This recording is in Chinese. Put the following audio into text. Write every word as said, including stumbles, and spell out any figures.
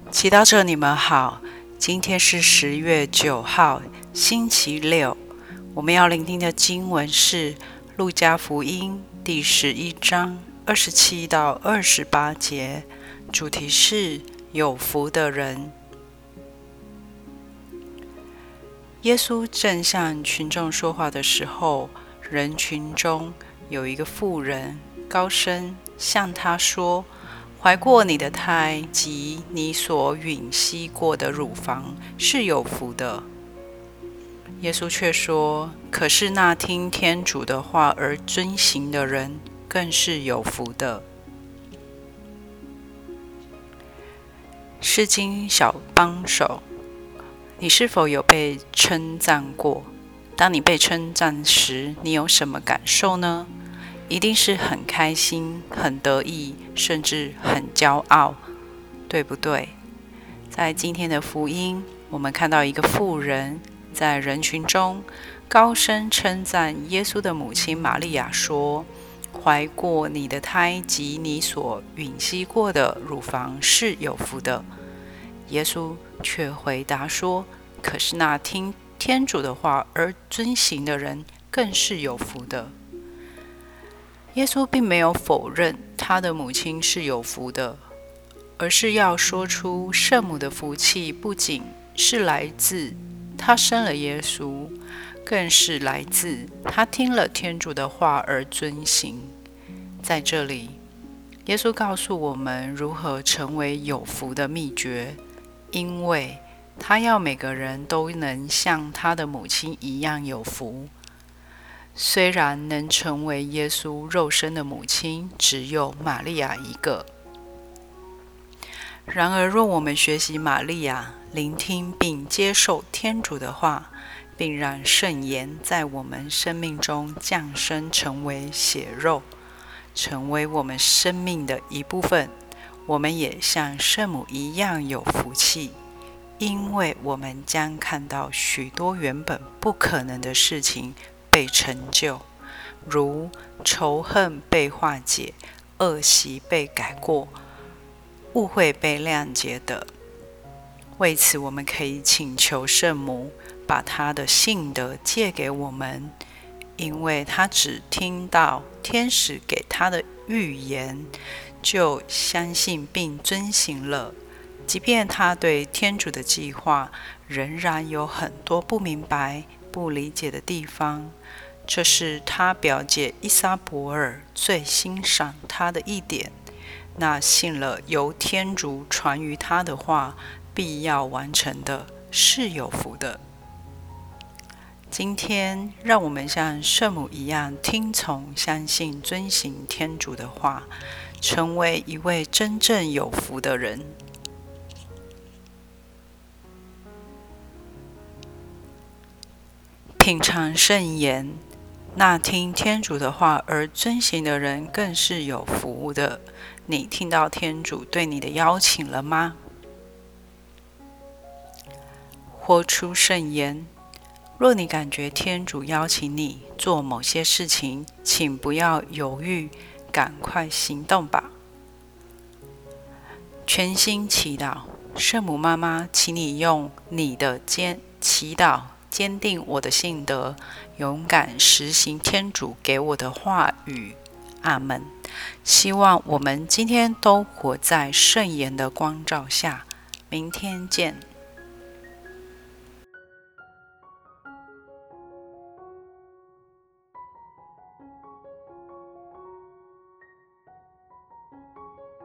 祈祷者你们好，今天是十月九号，星期六。我们要聆听的经文是路加福音第十一章二十七到二十八节，主题是有福的人。耶稣正向群众说话的时候，人群中有一个妇人高声向他说，怀过你的胎及你所吮吸过的乳房是有福的。耶稣却说，可是那听天主的话而遵行的人更是有福的。诗经小帮手，你是否有被称赞过？当你被称赞时，你有什么感受呢？一定是很开心、很得意，甚至很骄傲，对不对？在今天的福音，我们看到一个妇人在人群中高声称赞耶稣的母亲玛利亚说，怀过你的胎及你所吮吸过的乳房是有福的。耶稣却回答说，可是那听天主的话而遵行的人更是有福的。耶稣并没有否认他的母亲是有福的，而是要说出圣母的福气不仅是来自他生了耶稣，更是来自他听了天主的话而遵行。在这里，耶稣告诉我们如何成为有福的秘诀，因为他要每个人都能像他的母亲一样有福。虽然能成为耶稣肉身的母亲只有玛利亚一个，然而若我们学习玛利亚，聆听并接受天主的话，并让圣言在我们生命中降生成为血肉，成为我们生命的一部分，我们也像圣母一样有福气，因为我们将看到许多原本不可能的事情被成就，如仇恨被化解，恶习被改过，误会被谅解的。为此，我们可以请求圣母把她的信德借给我们，因为她只听到天使给她的预言，就相信并遵行了。即便她对天主的计划仍然有很多不明白、不理解的地方，这是她表姐伊撒伯尔最欣赏她的一点，那信了由天主传于她的话必要完成的是有福的。今天，让我们像圣母一样听从、相信、遵行天主的话，成为一位真正有福的人。品尝圣言，那听天主的话而遵行的人更是有福的。你听到天主对你的邀请了吗？活出圣言，若你感觉天主邀请你做某些事情，请不要犹豫，赶快行动吧。全心祈祷，圣母妈妈，请你用你的坚祈祷坚定我的信德，勇敢实行天主给我的话语。阿们。希望我们今天都活在圣言的光照下。明天见。